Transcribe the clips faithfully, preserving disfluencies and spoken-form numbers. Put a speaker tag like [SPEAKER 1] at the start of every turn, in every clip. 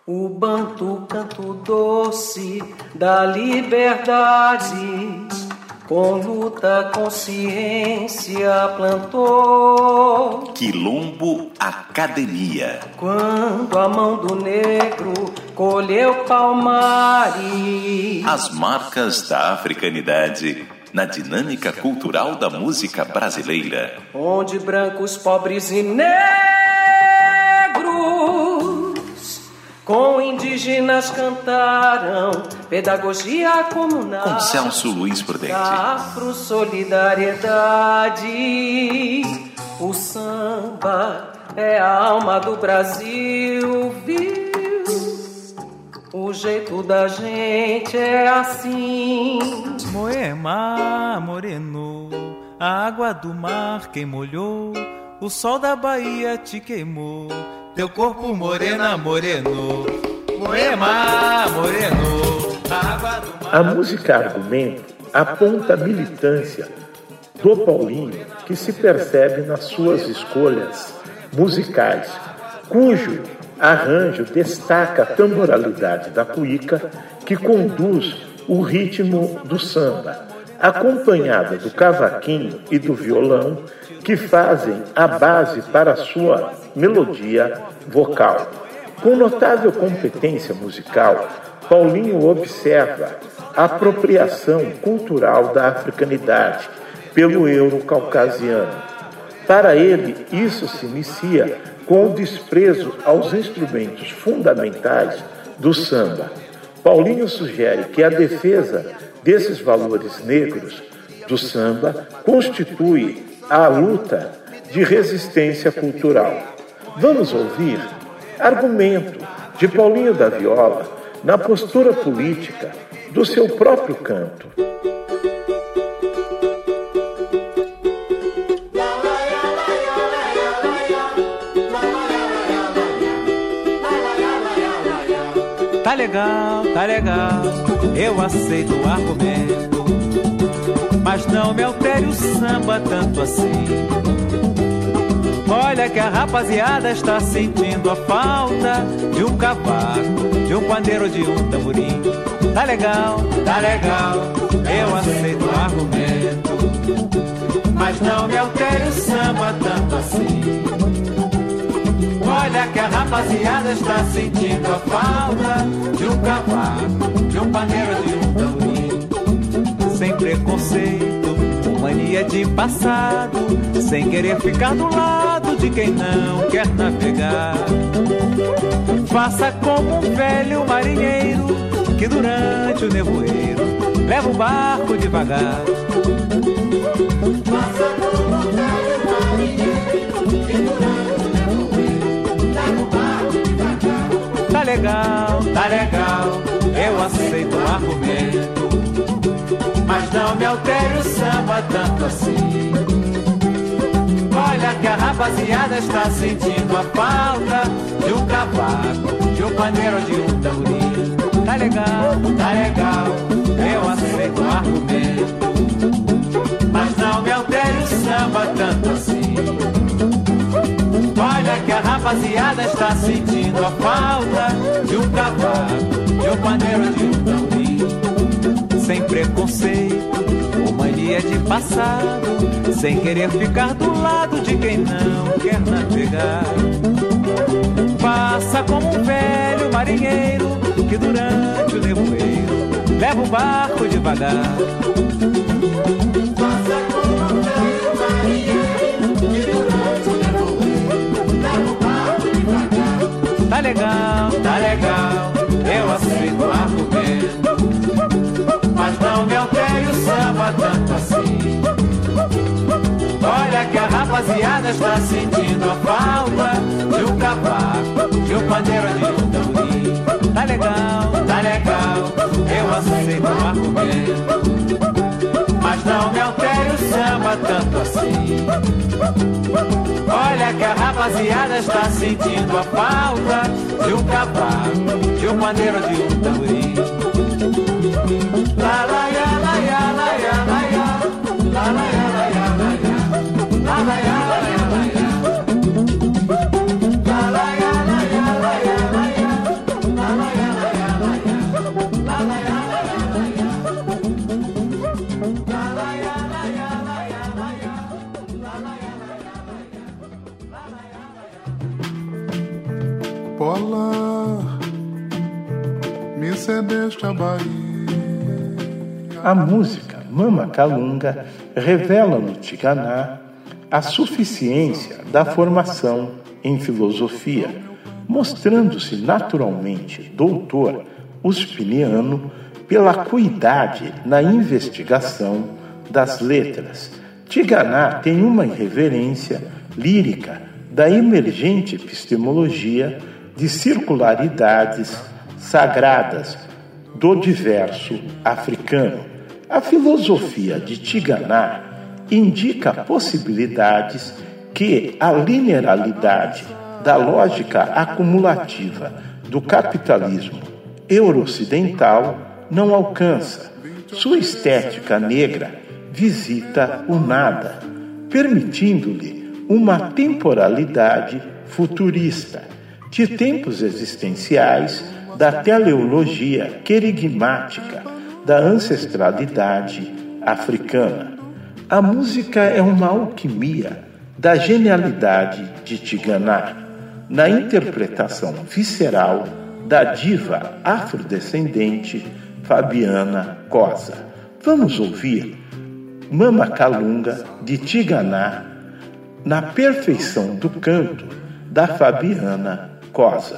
[SPEAKER 1] O banto, canto doce da liberdade, com luta, consciência plantou.
[SPEAKER 2] Quilombo Academia.
[SPEAKER 1] Quando a mão do negro colheu palmares.
[SPEAKER 2] As marcas da africanidade na dinâmica cultural da música brasileira.
[SPEAKER 1] Onde brancos, pobres e negros com indígenas cantaram pedagogia comunal.
[SPEAKER 2] Com Celso Luiz Prudente.
[SPEAKER 1] Afro solidariedade. O samba é a alma do Brasil, viu? O jeito da gente é assim.
[SPEAKER 3] Moema, moreno, a água do mar quem molhou, o sol da Bahia te queimou, teu corpo morena, moreno. Moema, moreno, a água do mar.
[SPEAKER 4] A música argumento aponta a militância do Paulinho, que se percebe nas suas escolhas musicais, cujo arranjo destaca a tamboralidade da cuíca, que conduz o ritmo do samba, acompanhada do cavaquinho e do violão, que fazem a base para a sua melodia vocal. Com notável competência musical, Paulinho observa a apropriação cultural da africanidade pelo euro-caucasiano. Para ele, isso se inicia com o desprezo aos instrumentos fundamentais do samba. Paulinho sugere que a defesa desses valores negros do samba constitui a luta de resistência cultural. Vamos ouvir Argumento, de Paulinho da Viola, na postura política do seu próprio canto.
[SPEAKER 3] Tá legal, tá legal, eu aceito o argumento, mas não me altere o samba tanto assim. Olha que a rapaziada está sentindo a falta de um cavaco, de um pandeiro, de um tamborim. Tá legal, tá legal, eu aceito o argumento, mas não me altere o samba tanto assim. Olha que a rapaziada está sentindo a falta de um cavaco, de um pandeiro, de um tamborim. Sem preconceito, mania de passado, sem querer ficar do lado de quem não quer navegar. Faça como um velho marinheiro que durante o nevoeiro leva o barco devagar. Faça como um velho marinheiro que durante o nevoeiro leva o barco devagar. Tá legal, tá legal, eu aceito o argumento, mas não me altere o samba tanto assim. Olha que a rapaziada está sentindo a falta de um cavaco, de um pandeiro, de um tamborim. Tá legal, tá legal, eu aceito o argumento, mas não me altere o samba tanto assim. Olha que a rapaziada está sentindo a falta de um cavaco, de um pandeiro, de um tamborim. Sem preconceito ou mania de passado, sem querer ficar do lado de quem não quer navegar. Faça como um velho marinheiro que durante o nevoeiro leva o barco devagar. Faça como um velho marinheiro que durante o nevoeiro leva o barco devagar. Tá legal, tá legal, eu aceito o argumento, mas não me altere o samba tanto assim. Olha que a rapaziada está sentindo a falta de um cavaco, de um pandeiro, de um tamborim. Tá legal, tá legal, eu aceito o argumento, mas não me altere o samba tanto assim. Olha que a rapaziada está sentindo a falta de um cavaco, de um pandeiro, de um tamborim. La la ya la ya la ya la ya, la la ya la ya la ya, la la ya la ya la ya, la la ya la ya la ya la ya, la
[SPEAKER 5] me cedeste a Bahia.
[SPEAKER 4] A música Mama Calunga revela no Tiganá a suficiência da formação em filosofia, mostrando-se naturalmente doutor uspiniano pela acuidade na investigação das letras. Tiganá tem uma irreverência lírica da emergente epistemologia de circularidades sagradas do diverso africano. A filosofia de Tiganá indica possibilidades que a linearidade da lógica acumulativa do capitalismo euro-ocidental não alcança. Sua estética negra visita o nada, permitindo-lhe uma temporalidade futurista, de tempos existenciais da teleologia querigmática da ancestralidade africana. A música é uma alquimia da genialidade de Tiganá, na interpretação visceral da diva afrodescendente Fabiana Cosa. Vamos ouvir Mama Calunga de Tiganá na perfeição do canto da Fabiana Cosa.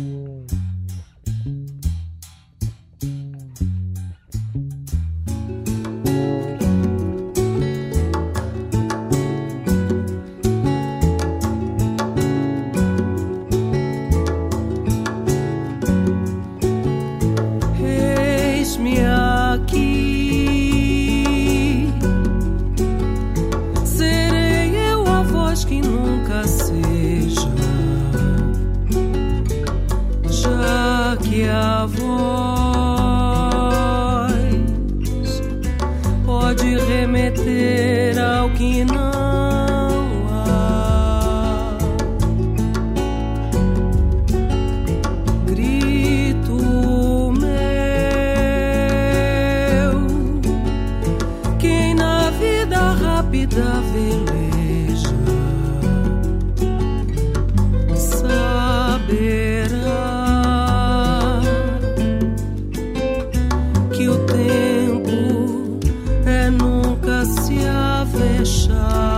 [SPEAKER 1] Remeter ao que não há. Grito meu, quem na vida rápida veleja saberá que o tempo é nunca se avexar.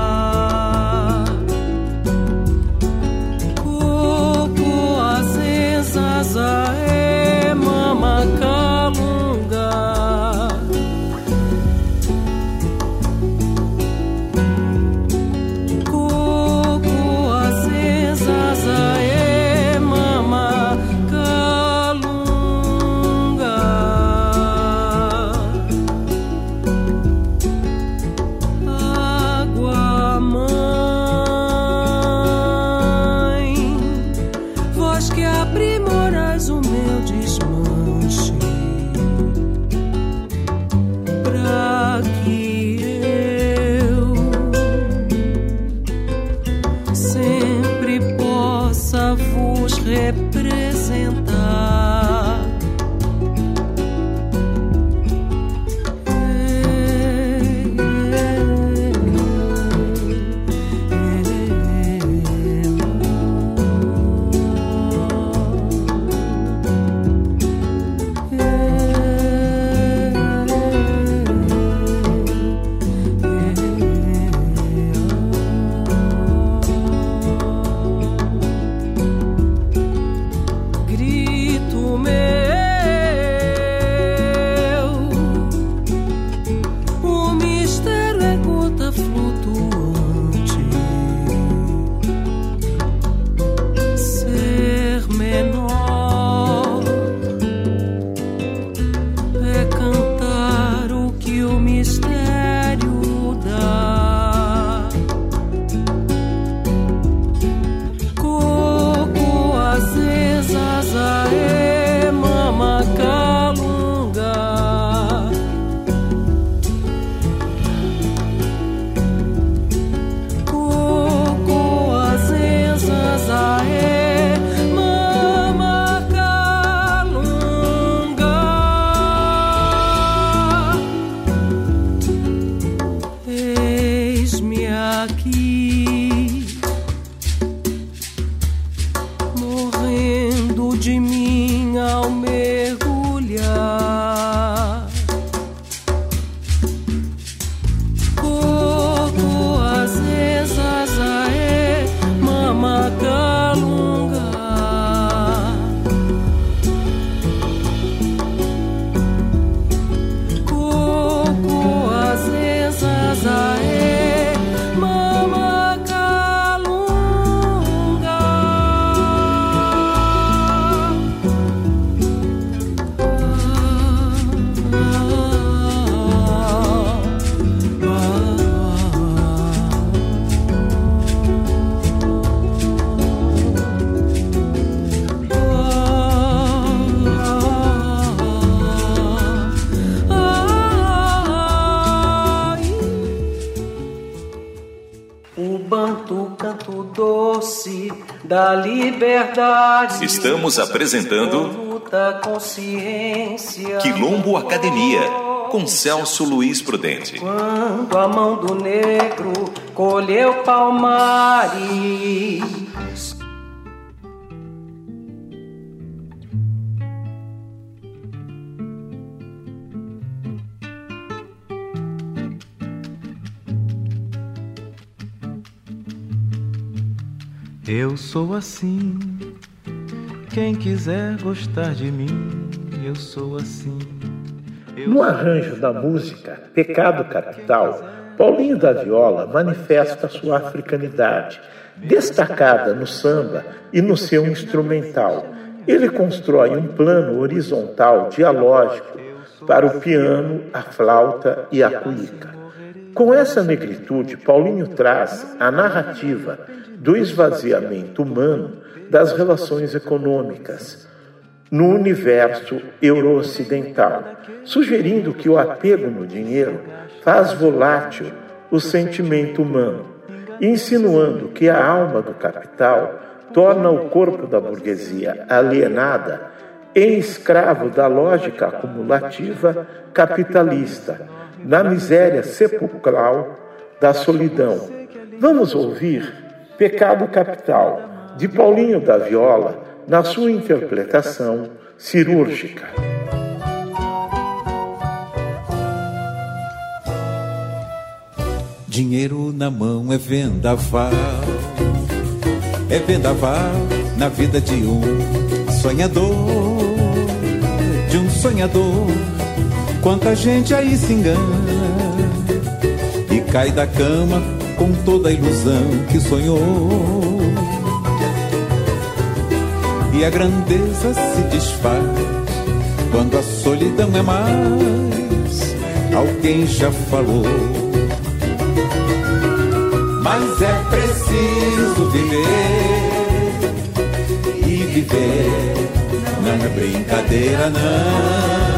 [SPEAKER 1] de mim ao mergulhar. Coco, as vezes aé, mamacalunga. Coco, as vezes aé, mamacalunga. O banto, canto doce da liberdade.
[SPEAKER 2] Estamos apresentando
[SPEAKER 1] luta, consciência,
[SPEAKER 2] Quilombo Academia, com Celso Luiz Prudente.
[SPEAKER 1] Quando a mão do negro colheu palmares.
[SPEAKER 3] Eu sou assim, quem quiser gostar de mim, eu sou assim. Eu
[SPEAKER 4] No arranjo da música Pecado Capital, Paulinho da Viola manifesta sua africanidade, destacada no samba e no seu instrumental. Ele constrói um plano horizontal dialógico para o piano, a flauta e a cuíca. Com essa negritude, Paulinho traz a narrativa do esvaziamento humano das relações econômicas no universo euro-ocidental, sugerindo que o apego no dinheiro faz volátil o sentimento humano, insinuando que a alma do capital torna o corpo da burguesia alienada em escravo da lógica acumulativa capitalista, na miséria sepulcral da solidão. Vamos ouvir Pecado Capital, de Paulinho da Viola, na sua interpretação cirúrgica.
[SPEAKER 6] Dinheiro na mão é vendaval, é vendaval na vida de um sonhador, de um sonhador. Quanta gente aí se engana e cai da cama com toda a ilusão que sonhou. E a grandeza se desfaz quando a solidão é mais. Alguém já falou. Mas é preciso viver, e viver não é brincadeira não.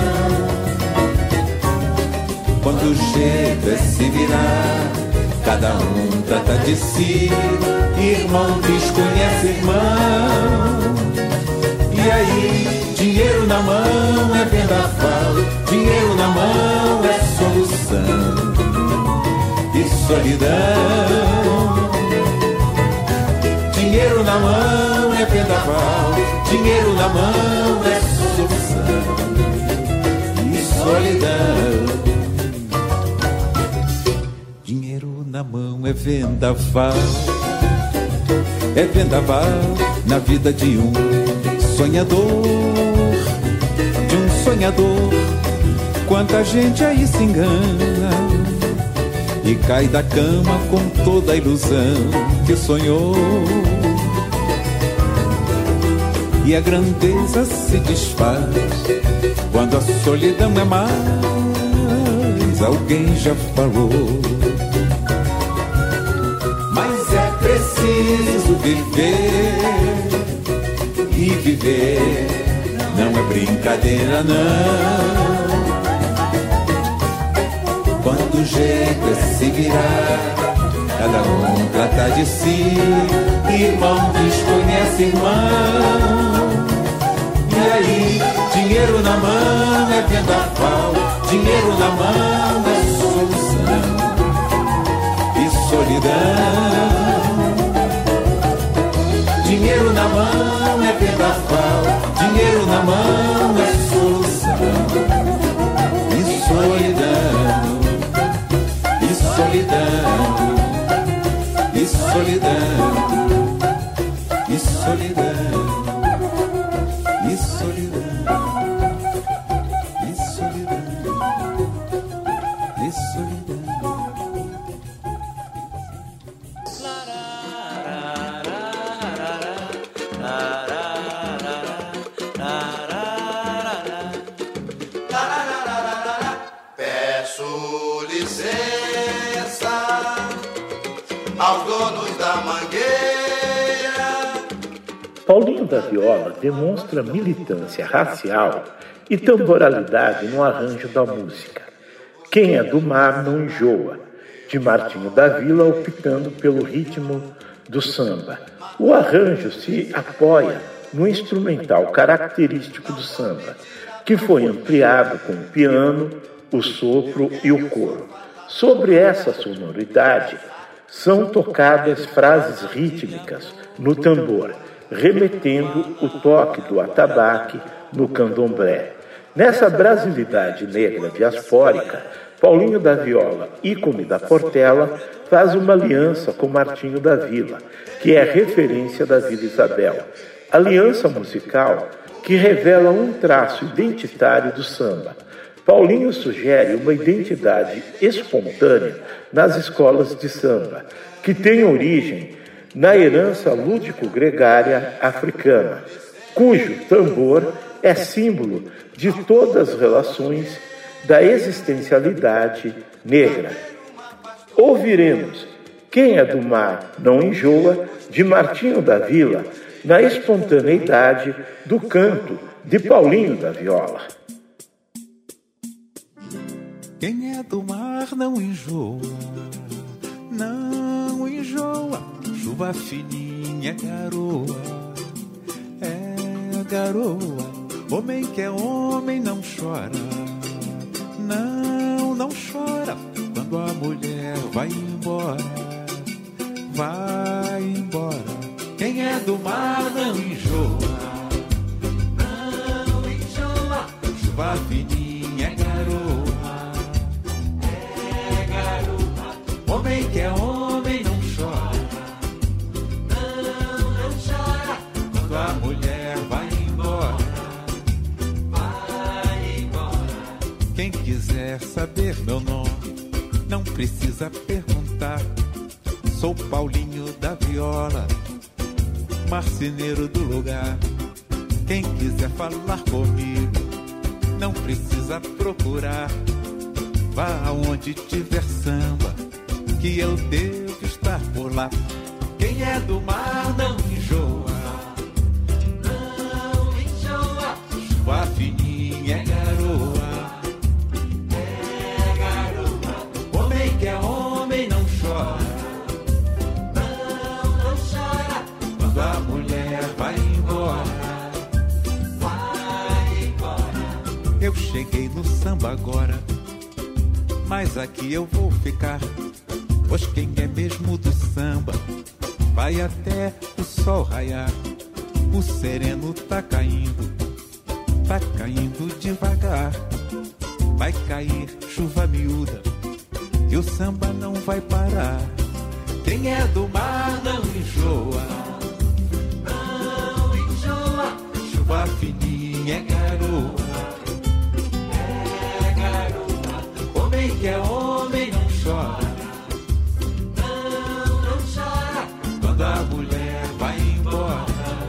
[SPEAKER 6] Quando o jeito é se virar, cada um trata de si, irmão desconhece irmão. E aí, dinheiro na mão é vendaval, dinheiro na mão é solução e solidão. Dinheiro na mão é vendaval, dinheiro na mão é solução e solidão. Dinheiro na mão é vendaval, é vendaval na vida de um sonhador, de um sonhador. Quanta gente aí se engana e cai da cama com toda a ilusão que sonhou. E a grandeza se desfaz quando a solidão é mais. Alguém já falou. Mas é preciso viver, e viver não é brincadeira não. Quando o jeito é se virar, cada um trata de si, irmão desconhece irmão. E aí, dinheiro na mão é vendaval, dinheiro na mão é solução e solidão. Dinheiro na mão é vendaval, dinheiro
[SPEAKER 7] Peço licença aos donos da mangueira.
[SPEAKER 4] Paulinho da Viola demonstra militância racial e temporalidade no arranjo da música. Quem é do mar não enjoa, de Martinho da Vila, optando pelo ritmo do samba. O arranjo se apoia no instrumental característico do samba, que foi ampliado com o piano, o sopro e o coro. Sobre essa sonoridade, são tocadas frases rítmicas no tambor, remetendo o toque do atabaque no candomblé. Nessa brasilidade negra diaspórica, Paulinho da Viola, ícone da Portela, faz uma aliança com Martinho da Vila, que é referência da Vila Isabel. Aliança musical que revela um traço identitário do samba. Paulinho sugere uma identidade espontânea nas escolas de samba, que tem origem na herança lúdico-gregária africana, cujo tambor é símbolo de todas as relações da existencialidade negra. Ouviremos Quem é do Mar não enjoa, de Martinho da Vila, na espontaneidade do canto de Paulinho da Viola.
[SPEAKER 6] Quem é do mar não enjoa, não enjoa. Chuva fininha, garoa, é garoa. Homem que é homem não chora, não, não chora. Quando a mulher vai embora, vai embora. Quem é do mar não enjoa, não enjoa. Chuva fininha, garoa, é garoa. Homem que é homem não chora, não, não chora. Quando a mulher vai embora, vai embora. Quem quiser saber meu nome, não precisa perguntar. Sou Paulinho da Viola, marceneiro do lugar. Quem quiser falar comigo, não precisa procurar. Vá aonde tiver samba, que eu devo estar por lá. Quem é do mar não enjoa, não enjoa. Chuva fininha, é garoa, é garoa. Homem que é homem não chora, não, não chora. Quando a mulher vai embora, vai embora. Eu cheguei no samba agora, mas aqui eu vou ficar. Pois quem é mesmo do samba vai até o sol raiar. O sereno tá caindo, tá caindo devagar. Vai cair chuva miúda e o samba não vai parar. Quem é do mar não enjoa, não enjoa. Chuva fininha, é garoa, é garoa. Homem que é homem não chora, não, não chora. Quando a mulher vai embora,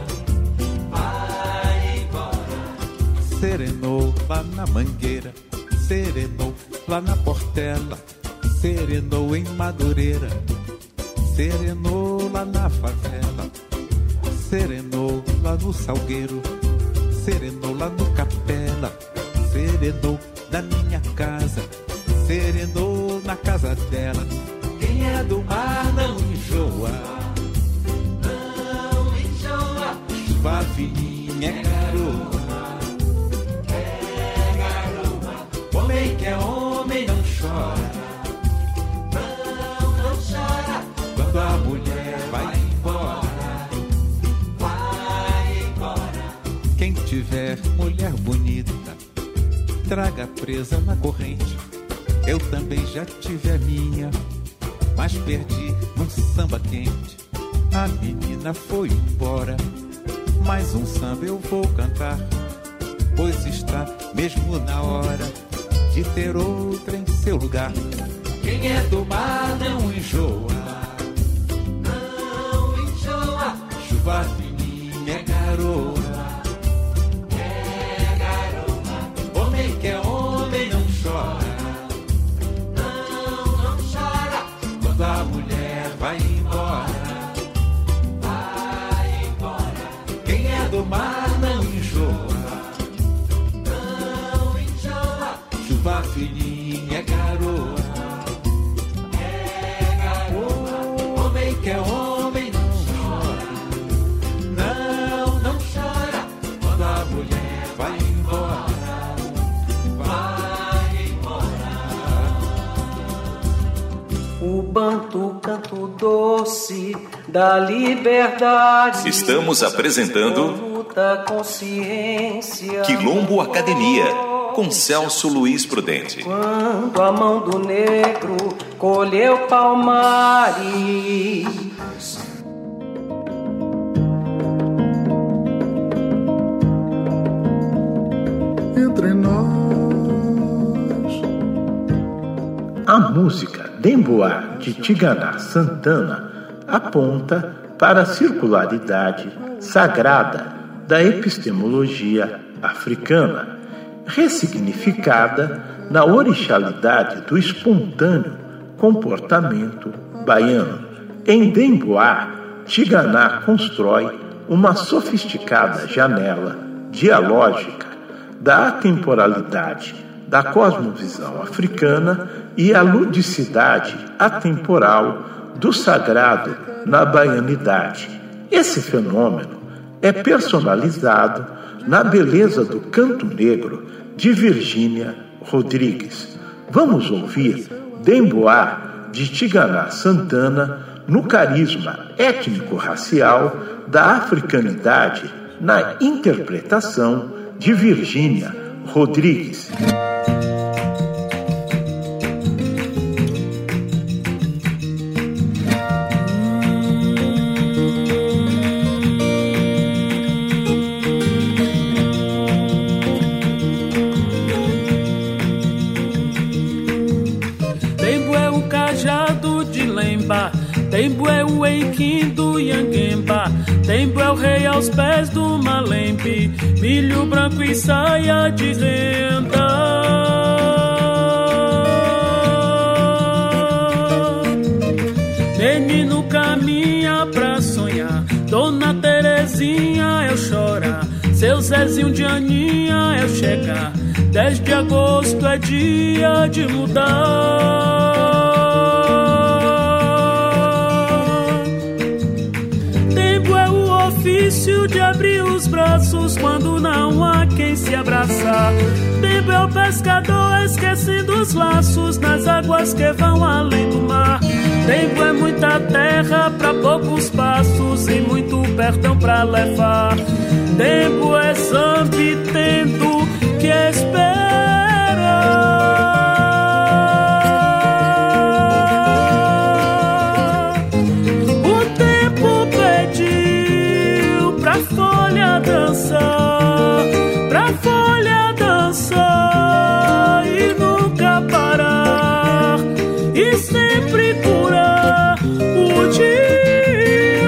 [SPEAKER 6] vai embora. Serenou lá na Mangueira, serenou lá na Portela, serenou em Madureira, serenou lá na favela, serenou lá no Salgueiro, serenou lá no Capela, serenou na minha casa, serenou na casa dela. Quem é do mar não enjoa, não enjoa. Chuva fininha, é garoa, é garoa. Homem que é homem não chora, não, não chora. Quando a mulher vai embora, vai embora. Quem tiver mulher bonita, traga presa na corrente. Eu também já tive a minha, mas perdi num samba quente. A menina foi embora, mais um samba eu vou cantar. pois está mesmo na hora de ter outra em seu lugar. Quem é do mar não enjoa, não enjoa. Chuva fininha é garoa, é garoa. Homem que é homem não chora, não, não chora. Quando a mulher vai embora, vai embora. Quem é do mar não enjoa, não enjoa. Chuva fininha é garoa, que é homem não chora, não, não chora. Quando a mulher vai embora, vai embora.
[SPEAKER 1] O banto, canto doce da liberdade.
[SPEAKER 2] Estamos apresentando
[SPEAKER 1] luta, consciência,
[SPEAKER 2] Quilombo Academia, com Celso Luiz Prudente.
[SPEAKER 1] Quando a mão do negro colheu palmares,
[SPEAKER 5] Entre nós.
[SPEAKER 4] A música Demboá de Tigana Santana aponta para a circularidade sagrada da epistemologia africana, ressignificada na orixalidade do espontâneo comportamento baiano. Em Demboá, Tigana constrói uma sofisticada janela dialógica da atemporalidade da cosmovisão africana e a ludicidade atemporal do sagrado na baianidade. Esse fenômeno é personalizado na beleza do canto negro de Virgínia Rodrigues. Vamos ouvir Demboá de Tigana Santana no carisma étnico-racial da africanidade na interpretação de Virgínia Rodrigues.
[SPEAKER 8] Tembo é o Eiquim do Yanguemba, Tembo é o rei aos pés do Malembe, milho branco e saia de renda. Menino caminha pra sonhar, Dona Terezinha eu chorar, seu Zezinho de Aninha eu chegar, dez de agosto é dia de mudar. Difícil de abrir os braços quando não há quem se abraçar. Tempo é o pescador esquecendo os laços nas águas que vão além do mar. Tempo é muita terra pra poucos passos e muito perdão pra levar. Tempo é zambi tendo que esperar. Dançar, pra folha dançar e nunca parar, e sempre curar o dia.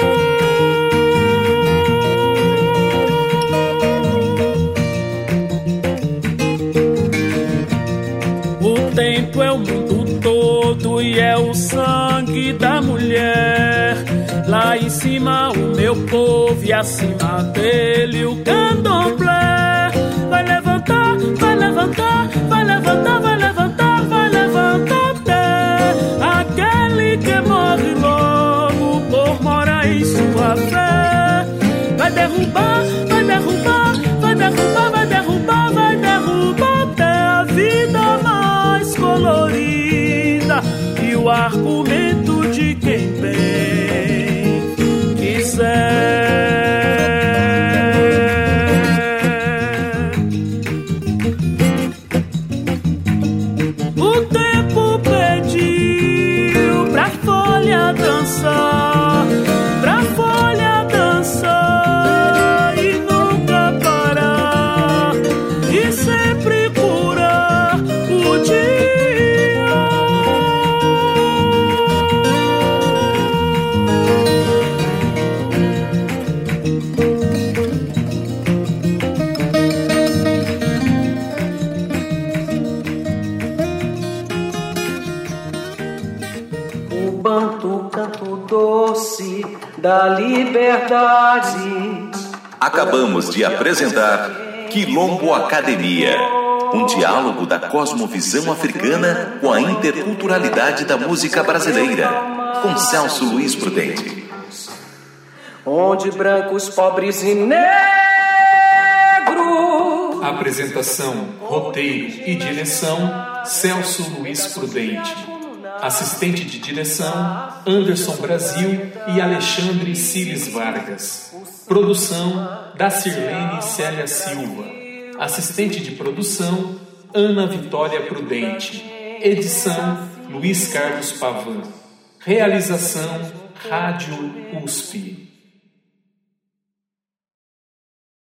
[SPEAKER 8] O tempo é o mundo todo e é o sangue da mulher. Lá em cima o meu povo e acima dele o candomblé. Vai levantar, vai levantar, vai levantar, vai levantar, vai levantar até aquele que morre logo por morar em sua fé. Vai derrubar, vai derrubar, vai derrubar, vai derrubar, vai derrubar até a vida mais colorida e o argumento de quem bem quiser. O tempo pediu pra folha dançar, pra folha dançar e nunca parar,
[SPEAKER 1] da liberdade.
[SPEAKER 2] Acabamos de apresentar Quilombo Academia, um diálogo da cosmovisão africana com a interculturalidade da música brasileira, com Celso Luiz Prudente.
[SPEAKER 1] Onde brancos, pobres e negros.
[SPEAKER 9] Apresentação, roteiro e direção, Celso Luiz Prudente. Assistente de direção, Anderson Brasil e Alexandre Cires Vargas. Produção, Dacirlene Célia Silva. Assistente de produção, Ana Vitória Prudente. Edição, Luiz Carlos Pavan. Realização, Rádio U S P.